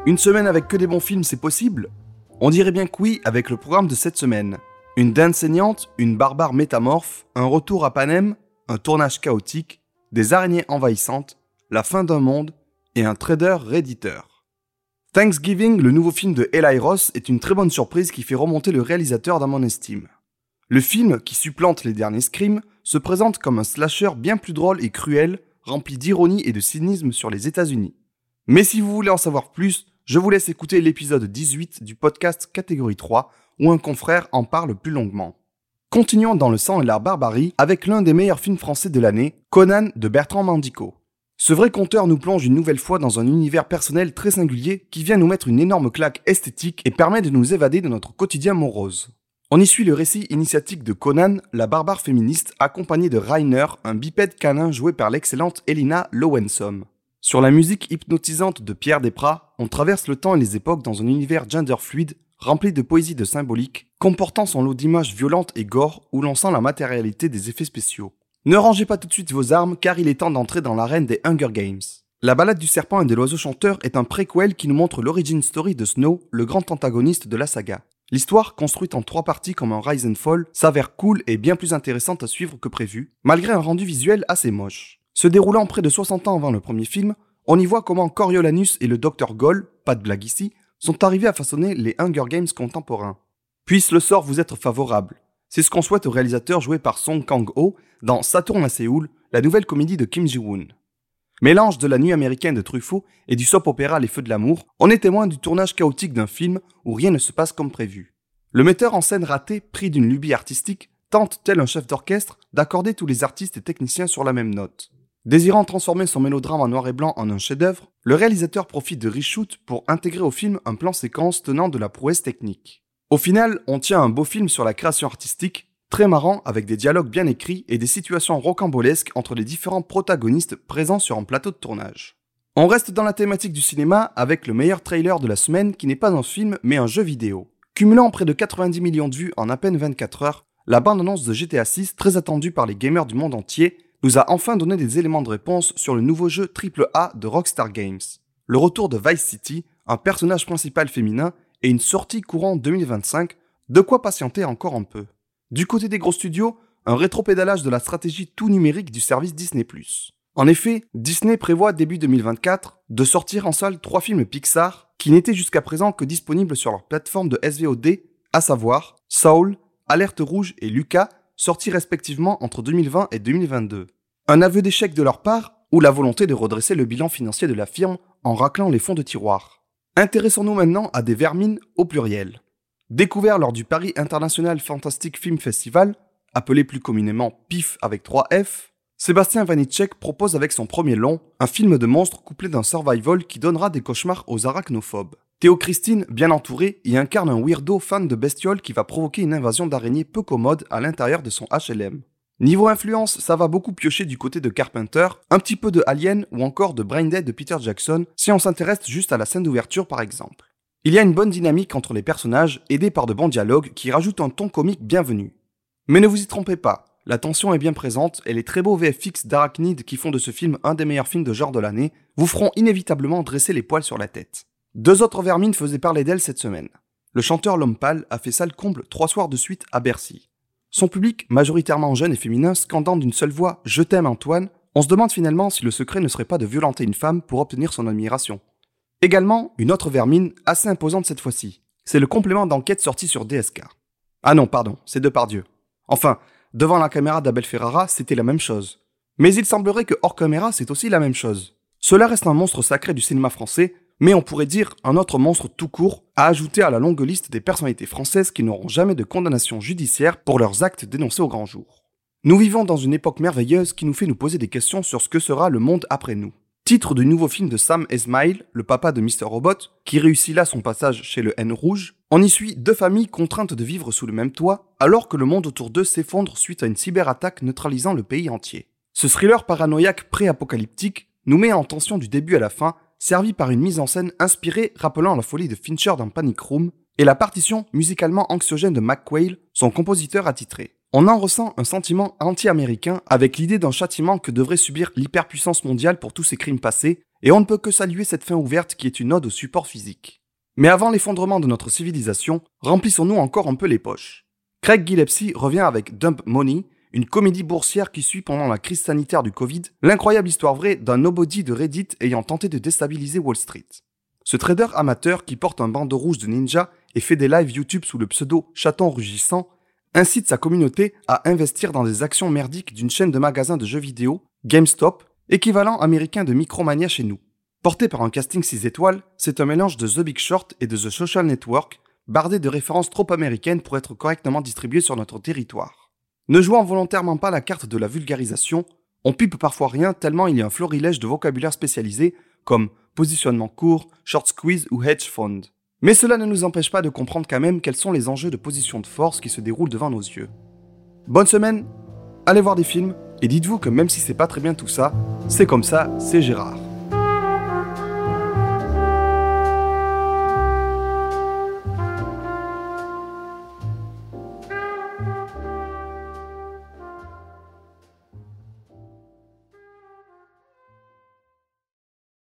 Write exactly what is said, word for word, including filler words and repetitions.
Une semaine avec que des bons films, c'est possible ? On dirait bien que oui avec le programme de cette semaine. Une dinde saignante, une barbare métamorphe, un retour à Panem, un tournage chaotique, des araignées envahissantes, la fin d'un monde et un trader redditeur. Thanksgiving, le nouveau film de Eli Roth, est une très bonne surprise qui fait remonter le réalisateur dans mon estime. Le film, qui supplante les derniers Scream, se présente comme un slasher bien plus drôle et cruel, rempli d'ironie et de cynisme sur les États-Unis. Mais si vous voulez en savoir plus, je vous laisse écouter l'épisode dix-huit du podcast Catégorie trois, où un confrère en parle plus longuement. Continuons dans le sang et la barbarie avec l'un des meilleurs films français de l'année, Conan de Bertrand Mandico. Ce vrai conteur nous plonge une nouvelle fois dans un univers personnel très singulier qui vient nous mettre une énorme claque esthétique et permet de nous évader de notre quotidien morose. On y suit le récit initiatique de Conan, la barbare féministe, accompagnée de Rainer, un bipède canin joué par l'excellente Elina Lowensom. Sur la musique hypnotisante de Pierre Desprats, on traverse le temps et les époques dans un univers gender fluide, rempli de poésie de symbolique, comportant son lot d'images violentes et gore où l'on sent la matérialité des effets spéciaux. Ne rangez pas tout de suite vos armes car il est temps d'entrer dans l'arène des Hunger Games. La balade du serpent et de l'oiseau chanteur est un préquel qui nous montre l'origin story de Snow, le grand antagoniste de la saga. L'histoire, construite en trois parties comme un Rise and Fall, s'avère cool et bien plus intéressante à suivre que prévu, malgré un rendu visuel assez moche. Se déroulant près de soixante ans avant le premier film, on y voit comment Coriolanus et le docteur Goll, pas de blague ici, sont arrivés à façonner les Hunger Games contemporains. Puisse le sort vous être favorable. C'est ce qu'on souhaite au réalisateur joué par Song Kang-ho dans Saturne à Séoul, la nouvelle comédie de Kim Ji-woon. Mélange de la nuit américaine de Truffaut et du soap-opéra Les Feux de l'amour, on est témoin du tournage chaotique d'un film où rien ne se passe comme prévu. Le metteur en scène raté, pris d'une lubie artistique, tente, tel un chef d'orchestre, d'accorder tous les artistes et techniciens sur la même note. Désirant transformer son mélodrame en noir et blanc en un chef-d'œuvre, le réalisateur profite de reshoot pour intégrer au film un plan séquence tenant de la prouesse technique. Au final, on tient un beau film sur la création artistique, très marrant avec des dialogues bien écrits et des situations rocambolesques entre les différents protagonistes présents sur un plateau de tournage. On reste dans la thématique du cinéma avec le meilleur trailer de la semaine qui n'est pas un film mais un jeu vidéo. Cumulant près de quatre-vingt-dix millions de vues en à peine vingt-quatre heures, la bande-annonce de G T A six, très attendue par les gamers du monde entier, nous a enfin donné des éléments de réponse sur le nouveau jeu triple A de Rockstar Games. Le retour de Vice City, un personnage principal féminin et une sortie courant deux mille vingt-cinq, de quoi patienter encore un peu. Du côté des gros studios, un rétropédalage de la stratégie tout numérique du service Disney plus. En effet, Disney prévoit début deux mille vingt-quatre de sortir en salle trois films Pixar qui n'étaient jusqu'à présent que disponibles sur leur plateforme de S V O D, à savoir Soul, Alerte Rouge et Luca, sortis respectivement entre deux mille vingt et deux mille vingt-deux. Un aveu d'échec de leur part ou la volonté de redresser le bilan financier de la firme en raclant les fonds de tiroir. Intéressons-nous maintenant à des vermines au pluriel. Découvert lors du Paris International Fantastic Film Festival, appelé plus communément P I F avec trois F, Sébastien Vanitschek propose avec son premier long un film de monstre couplé d'un survival qui donnera des cauchemars aux arachnophobes. Théo Christine, bien entouré, y incarne un weirdo fan de bestioles qui va provoquer une invasion d'araignées peu commode à l'intérieur de son H L M. Niveau influence, ça va beaucoup piocher du côté de Carpenter, un petit peu de Alien ou encore de Brain Dead de Peter Jackson si on s'intéresse juste à la scène d'ouverture par exemple. Il y a une bonne dynamique entre les personnages, aidés par de bons dialogues qui rajoutent un ton comique bienvenu. Mais ne vous y trompez pas, la tension est bien présente et les très beaux V F X d'Arachnid qui font de ce film un des meilleurs films de genre de l'année vous feront inévitablement dresser les poils sur la tête. Deux autres vermines faisaient parler d'elle cette semaine. Le chanteur L'Homme Pâle a fait salle comble trois soirs de suite à Bercy. Son public, majoritairement jeune et féminin, scandant d'une seule voix « Je t'aime Antoine », on se demande finalement si le secret ne serait pas de violenter une femme pour obtenir son admiration. Également, une autre vermine, assez imposante cette fois-ci. C'est le complément d'enquête sorti sur D S K. Ah non, pardon, c'est Depardieu. Enfin, devant la caméra d'Abel Ferrara, c'était la même chose. Mais il semblerait que hors caméra, c'est aussi la même chose. Cela reste un monstre sacré du cinéma français, mais on pourrait dire un autre monstre tout court à ajouter à la longue liste des personnalités françaises qui n'auront jamais de condamnation judiciaire pour leurs actes dénoncés au grand jour. Nous vivons dans une époque merveilleuse qui nous fait nous poser des questions sur ce que sera le monde après nous. Titre du nouveau film de Sam Esmail, le papa de mister Robot, qui réussit là son passage chez le N Rouge, on y suit deux familles contraintes de vivre sous le même toit, alors que le monde autour d'eux s'effondre suite à une cyberattaque neutralisant le pays entier. Ce thriller paranoïaque pré-apocalyptique nous met en tension du début à la fin, servi par une mise en scène inspirée rappelant la folie de Fincher dans Panic Room, et la partition musicalement anxiogène de McQuail, son compositeur attitré. On en ressent un sentiment anti-américain avec l'idée d'un châtiment que devrait subir l'hyperpuissance mondiale pour tous ses crimes passés et on ne peut que saluer cette fin ouverte qui est une ode au support physique. Mais avant l'effondrement de notre civilisation, remplissons-nous encore un peu les poches. Craig Gillespie revient avec Dump Money, une comédie boursière qui suit pendant la crise sanitaire du Covid, l'incroyable histoire vraie d'un nobody de Reddit ayant tenté de déstabiliser Wall Street. Ce trader amateur qui porte un bandeau rouge de ninja et fait des lives YouTube sous le pseudo Chaton Rugissant incite sa communauté à investir dans des actions merdiques d'une chaîne de magasins de jeux vidéo, GameStop, équivalent américain de Micromania chez nous. Porté par un casting six étoiles, c'est un mélange de The Big Short et de The Social Network, bardé de références trop américaines pour être correctement distribué sur notre territoire. Ne jouant volontairement pas la carte de la vulgarisation, on pipe parfois rien tellement il y a un florilège de vocabulaire spécialisé comme positionnement court, short squeeze ou hedge fund. Mais cela ne nous empêche pas de comprendre quand même quels sont les enjeux de position de force qui se déroulent devant nos yeux. Bonne semaine, allez voir des films, et dites-vous que même si c'est pas très bien tout ça, c'est comme ça, c'est Gérard.